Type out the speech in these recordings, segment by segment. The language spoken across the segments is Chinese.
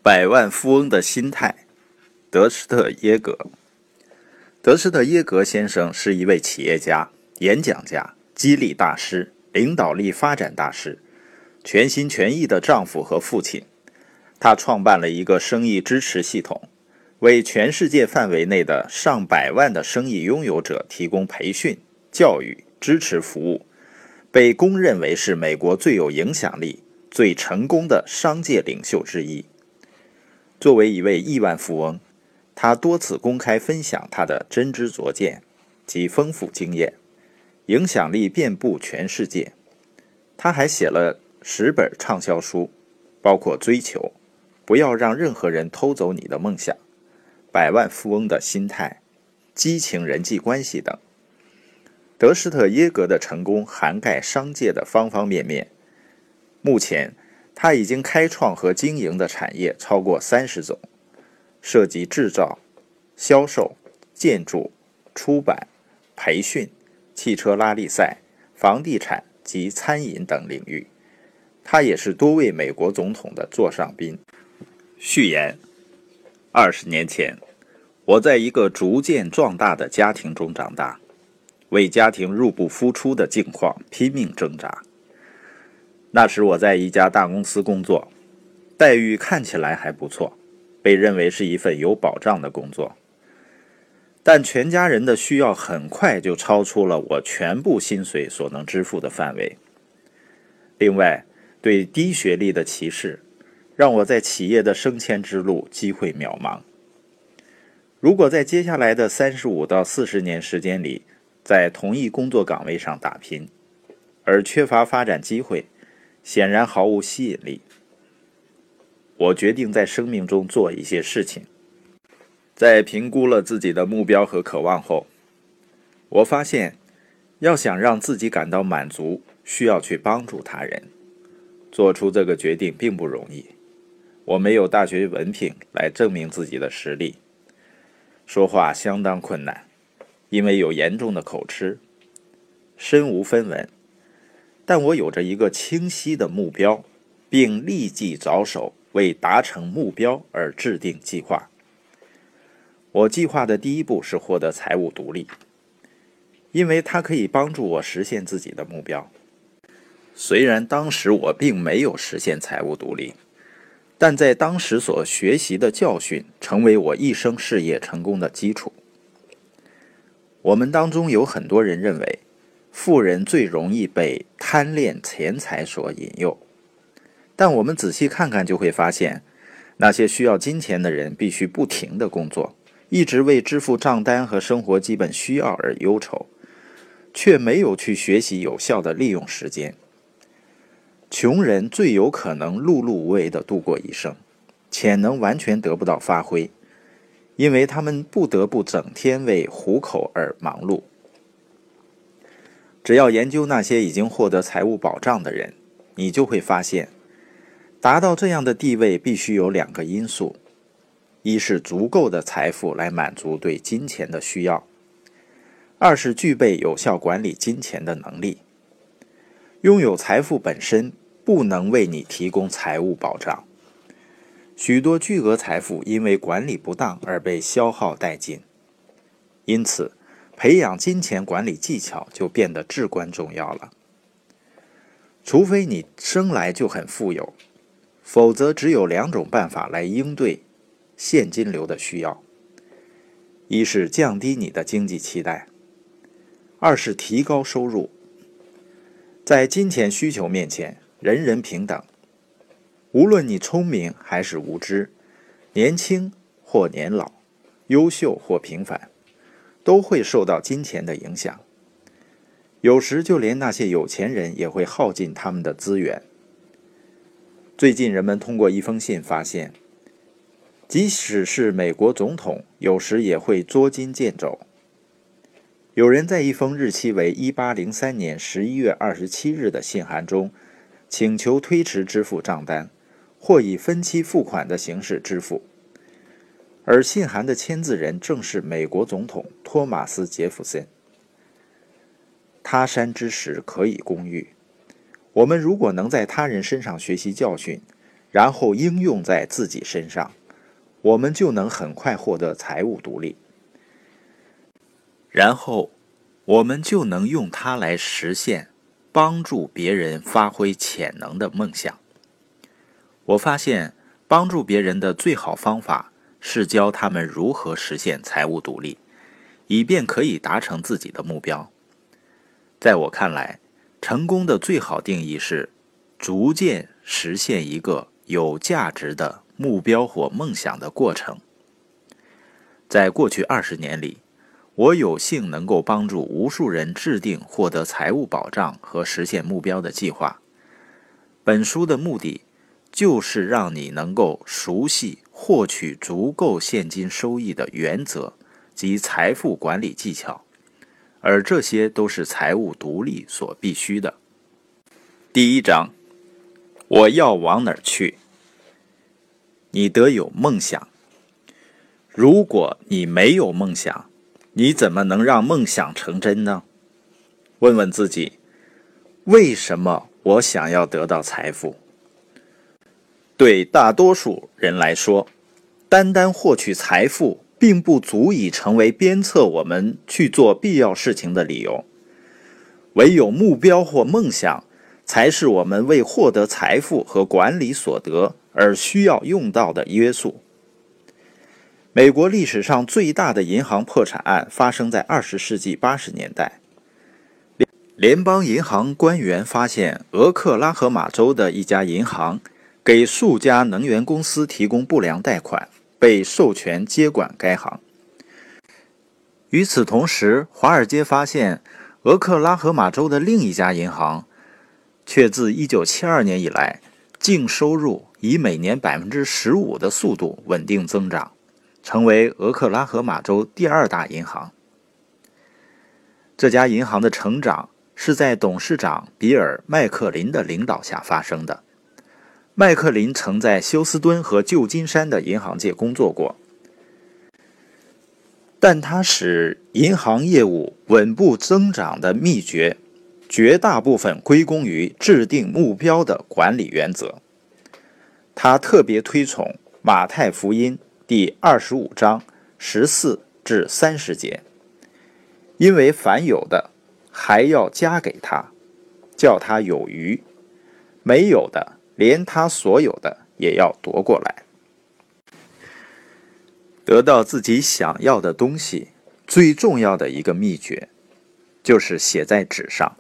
百万富翁的心态，德施特耶格。德施特耶格先生是一位企业家、演讲家、激励大师、领导力发展大师，全心全意的丈夫和父亲。他创办了一个生意支持系统，为全世界范围内的上百万的生意拥有者提供培训、教育、支持服务，被公认为是美国最有影响力、最成功的商界领袖之一。作为一位亿万富翁，他多次公开分享他的真知灼见及丰富经验，影响力遍布全世界。他还写了10本畅销书，包括《追求》、不要让任何人偷走你的梦想、百万富翁的心态、激情人际关系等。德施特耶格的成功涵盖商界的方方面面。目前他已经开创和经营的产业超过30种，涉及制造、销售、建筑、出版、培训、汽车拉力赛、房地产及餐饮等领域。他也是多位美国总统的座上宾。序言：20年前，我在一个逐渐壮大的家庭中长大，为家庭入不敷出的境况拼命挣扎。那时我在一家大公司工作，待遇看起来还不错，被认为是一份有保障的工作。但全家人的需要很快就超出了我全部薪水所能支付的范围。另外，对低学历的歧视，让我在企业的升迁之路机会渺茫。如果在接下来的35到40年时间里，在同一工作岗位上打拼，而缺乏发展机会，显然毫无吸引力。我决定在生命中做一些事情。在评估了自己的目标和渴望后，我发现要想让自己感到满足，需要去帮助他人。做出这个决定并不容易，我没有大学文凭来证明自己的实力，说话相当困难，因为有严重的口吃，身无分文。但我有着一个清晰的目标，并立即着手为达成目标而制定计划。我计划的第一步是获得财务独立，因为它可以帮助我实现自己的目标。虽然当时我并没有实现财务独立，但在当时所学习的教训成为我一生事业成功的基础。我们当中有很多人认为，富人最容易被贪恋钱财所引诱，但我们仔细看看就会发现，那些需要金钱的人必须不停地工作，一直为支付账单和生活基本需要而忧愁，却没有去学习有效地利用时间。穷人最有可能碌碌无为地度过一生，潜能完全得不到发挥，因为他们不得不整天为糊口而忙碌。只要研究那些已经获得财务保障的人，你就会发现，达到这样的地位必须有2个因素：一是足够的财富来满足对金钱的需要；二是具备有效管理金钱的能力。拥有财富本身不能为你提供财务保障，许多巨额财富因为管理不当而被消耗殆尽。因此，培养金钱管理技巧就变得至关重要了。除非你生来就很富有，否则只有2种办法来应对现金流的需要：一是降低你的经济期待，二是提高收入。在金钱需求面前，人人平等，无论你聪明还是无知，年轻或年老，优秀或平凡，都会受到金钱的影响。有时就连那些有钱人也会耗尽他们的资源。最近人们通过一封信发现，即使是美国总统，有时也会捉襟见肘。有人在一封日期为1803年11月27日的信函中，请求推迟支付账单，或以分期付款的形式支付。而信函的签字人正是美国总统托马斯·杰弗森。他山之石可以攻玉。我们如果能在他人身上学习教训， 然后应用在自己身上，我们就能很快获得财务独立，然后我们就能用它来实现帮助别人发挥潜能的梦想。我发现帮助别人的最好方法是教他们如何实现财务独立，以便可以达成自己的目标。在我看来，成功的最好定义是逐渐实现一个有价值的目标或梦想的过程。在过去20年里，我有幸能够帮助无数人制定获得财务保障和实现目标的计划。本书的目的就是让你能够熟悉获取足够现金收益的原则及财富管理技巧，而这些都是财务独立所必须的。第1章，我要往哪儿去？你得有梦想。如果你没有梦想，你怎么能让梦想成真呢？问问自己，为什么我想要得到财富？对大多数人来说，单单获取财富并不足以成为鞭策我们去做必要事情的理由。唯有目标或梦想，才是我们为获得财富和管理所得而需要用到的约束。美国历史上最大的银行破产案发生在20世纪80年代。联邦银行官员发现俄克拉荷马州的一家银行给数家能源公司提供不良贷款，被授权接管该行。与此同时，华尔街发现俄克拉荷马州的另一家银行却自1972年以来净收入以每年 15% 的速度稳定增长，成为俄克拉荷马州第2大银行。这家银行的成长是在董事长比尔·麦克林的领导下发生的。麦克林曾在休斯敦和旧金山的银行界工作过，但他使银行业务稳步增长的秘诀，绝大部分归功于制定目标的管理原则。他特别推崇马太福音第25章14至30节，因为凡有的还要加给他，叫他有余；没有的，连他所有的也要夺过来。得到自己想要的东西，最重要的一个秘诀，就是写在纸上。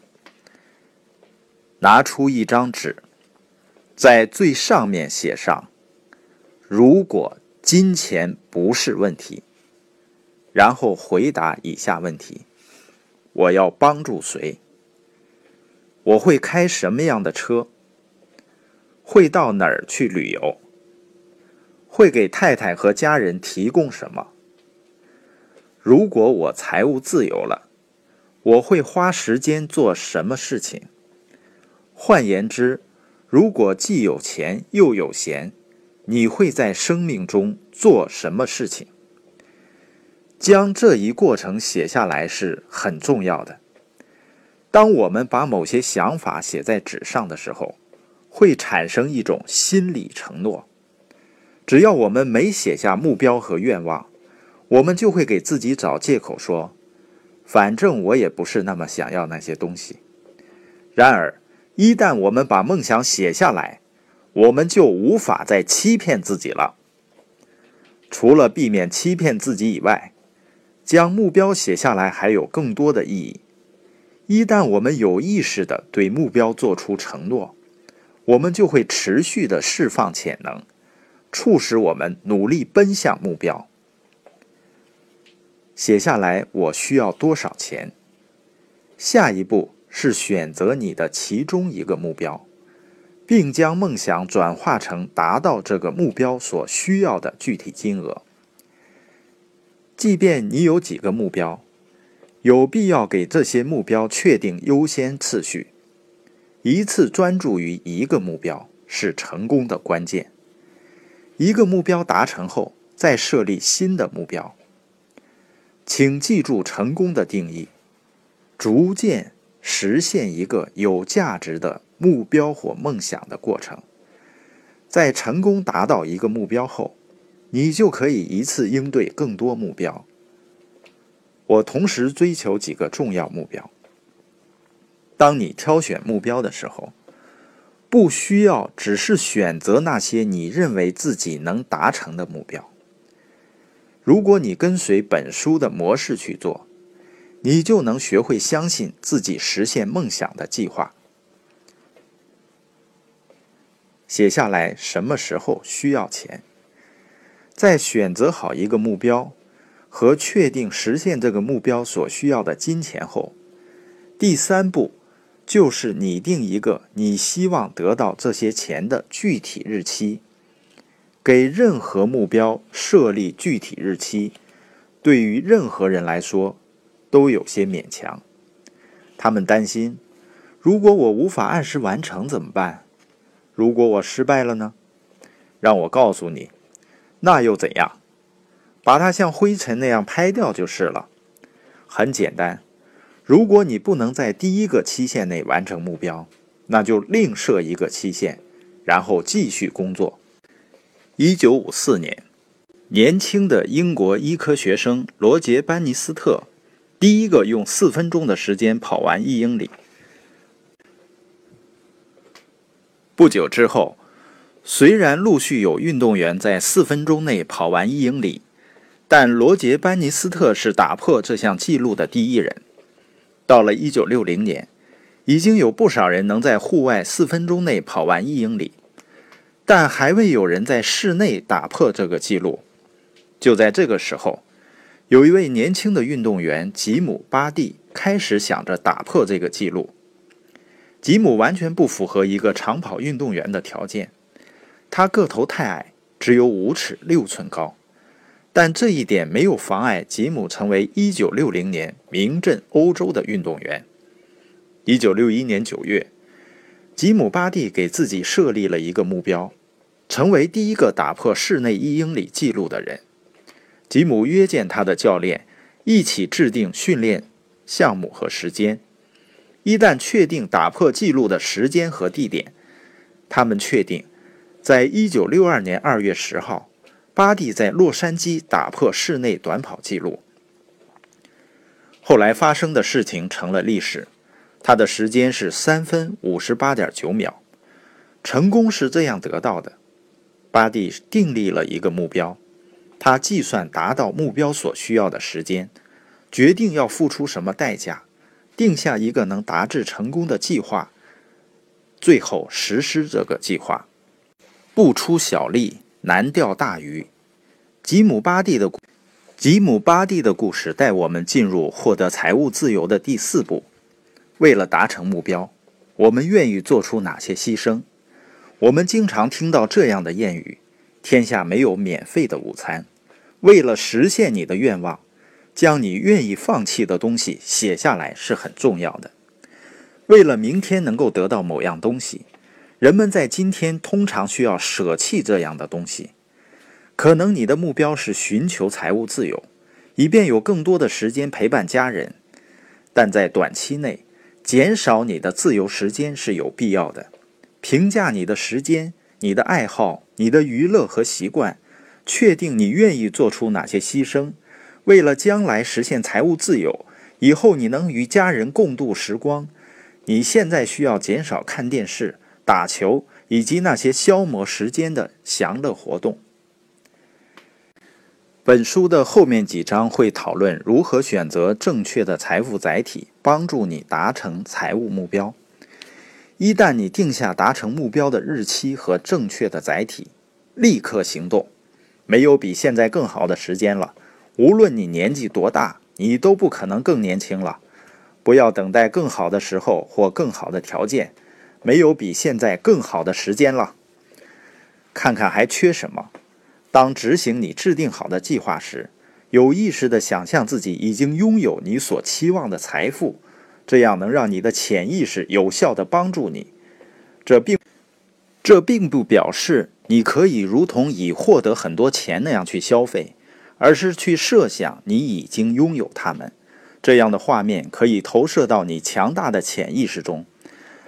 拿出一张纸，在最上面写上“如果金钱不是问题”，然后回答以下问题：我要帮助谁？我会开什么样的车？会到哪儿去旅游？会给太太和家人提供什么？如果我财务自由了，我会花时间做什么事情？换言之，如果既有钱又有闲，你会在生命中做什么事情？将这一过程写下来是很重要的。当我们把某些想法写在纸上的时候，会产生一种心理承诺。只要我们没写下目标和愿望，我们就会给自己找借口说，反正我也不是那么想要那些东西。然而，一旦我们把梦想写下来，我们就无法再欺骗自己了。除了避免欺骗自己以外，将目标写下来还有更多的意义。一旦我们有意识地对目标做出承诺，我们就会持续地释放潜能，促使我们努力奔向目标。写下来我需要多少钱？下一步是选择你的其中一个目标，并将梦想转化成达到这个目标所需要的具体金额。即便你有几个目标，有必要给这些目标确定优先次序。一次专注于一个目标是成功的关键。一个目标达成后，再设立新的目标。请记住成功的定义：逐渐实现一个有价值的目标或梦想的过程。 在成功达到一个目标后，你就可以一次应对更多目标。我同时追求几个重要目标。当你挑选目标的时候，不需要只是选择那些你认为自己能达成的目标。如果你跟随本书的模式去做，你就能学会相信自己实现梦想的计划。写下来什么时候需要钱，在选择好一个目标和确定实现这个目标所需要的金钱后，第3步就是拟定一个你希望得到这些钱的具体日期。给任何目标设立具体日期，对于任何人来说都有些勉强。他们担心，如果我无法按时完成怎么办？如果我失败了呢？让我告诉你，那又怎样？把它像灰尘那样拍掉就是了。很简单，如果你不能在第1个期限内完成目标，那就另设一个期限，然后继续工作。1954年，年轻的英国医科学生罗杰·班尼斯特第一个用4分钟的时间跑完1英里。不久之后，虽然陆续有运动员在4分钟内跑完1英里，但罗杰·班尼斯特是打破这项纪录的第一人。到了1960年，已经有不少人能在户外4分钟内跑完1英里，但还未有人在室内打破这个纪录。就在这个时候，有一位年轻的运动员吉姆·巴蒂开始想着打破这个纪录。吉姆完全不符合一个长跑运动员的条件，他个头太矮，只有5尺6寸高，但这一点没有妨碍吉姆成为1960年名震欧洲的运动员。1961年9月，吉姆·巴蒂给自己设立了一个目标，成为第一个打破室内1英里纪录的人。吉姆约见他的教练，一起制定训练项目和时间。一旦确定打破纪录的时间和地点，他们确定在1962年2月10号，巴蒂在洛杉矶打破室内短跑纪录。后来发生的事情成了历史，他的时间是3分58.9秒。成功是这样得到的。巴蒂订立了一个目标，他计算达到目标所需要的时间，决定要付出什么代价，定下一个能达至成功的计划，最后实施这个计划。不出小力，难钓大鱼。吉姆·巴蒂的故事带我们进入获得财务自由的第4步。为了达成目标，我们愿意做出哪些牺牲？我们经常听到这样的谚语：天下没有免费的午餐。为了实现你的愿望，将你愿意放弃的东西写下来是很重要的。为了明天能够得到某样东西，人们在今天通常需要舍弃这样的东西。可能你的目标是寻求财务自由，以便有更多的时间陪伴家人，但在短期内，减少你的自由时间是有必要的。评价你的时间、你的爱好、你的娱乐和习惯，确定你愿意做出哪些牺牲，为了将来实现财务自由，以后你能与家人共度时光。你现在需要减少看电视、打球以及那些消磨时间的享乐活动。本书的后面几章会讨论如何选择正确的财富载体，帮助你达成财务目标。一旦你定下达成目标的日期和正确的载体，立刻行动。没有比现在更好的时间了。无论你年纪多大，你都不可能更年轻了。不要等待更好的时候或更好的条件，没有比现在更好的时间了。看看还缺什么。当执行你制定好的计划时，有意识地想象自己已经拥有你所期望的财富，这样能让你的潜意识有效地帮助你。这并不表示你可以如同已获得很多钱那样去消费，而是去设想你已经拥有它们。这样的画面可以投射到你强大的潜意识中。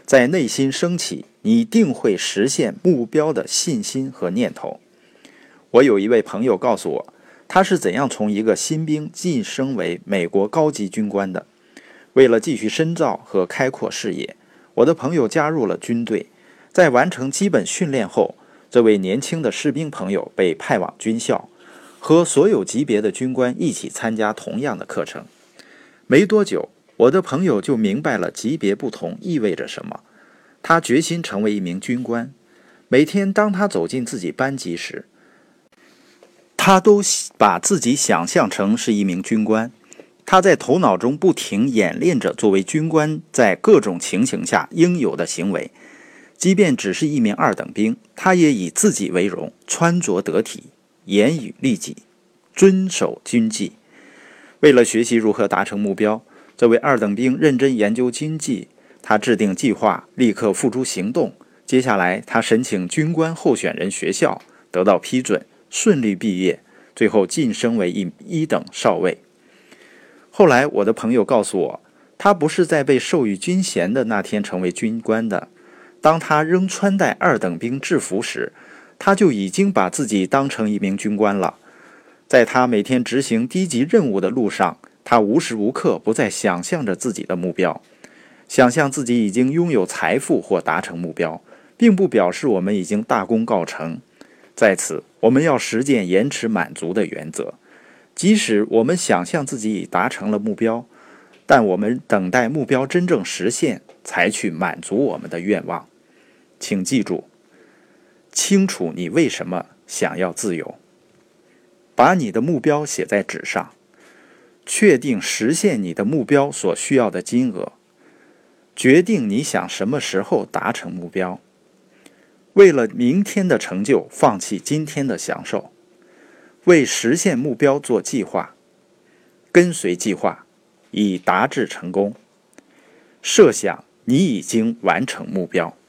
在内心升起你定会实现目标的信心和念头。我有一位朋友告诉我，他是怎样从一个新兵晋升为美国高级军官的。为了继续深造和开阔视野，我的朋友加入了军队。在完成基本训练后，这位年轻的士兵朋友被派往军校，和所有级别的军官一起参加同样的课程。没多久，我的朋友就明白了级别不同意味着什么。他决心成为一名军官。每天当他走进自己班级时，他都把自己想象成是一名军官。他在头脑中不停演练着作为军官在各种情形下应有的行为。即便只是一名二等兵，他也以自己为荣，穿着得体，言语利己，遵守军纪。为了学习如何达成目标，这位二等兵认真研究军纪，他制定计划，立刻付诸行动。接下来他申请军官候选人学校，得到批准，顺利毕业，最后晋升为一等少尉。后来我的朋友告诉我，他不是在被授予军衔的那天成为军官的。当他仍穿戴二等兵制服时，他就已经把自己当成一名军官了。在他每天执行低级任务的路上，他无时无刻不在想象着自己的目标。想象自己已经拥有财富或达成目标，并不表示我们已经大功告成。在此，我们要实践延迟满足的原则。即使我们想象自己已达成了目标，但我们等待目标真正实现，才去满足我们的愿望。请记住，清楚你为什么想要自由。把你的目标写在纸上，确定实现你的目标所需要的金额，决定你想什么时候达成目标。为了明天的成就，放弃今天的享受。为实现目标做计划，跟随计划，以达至成功。设想你已经完成目标。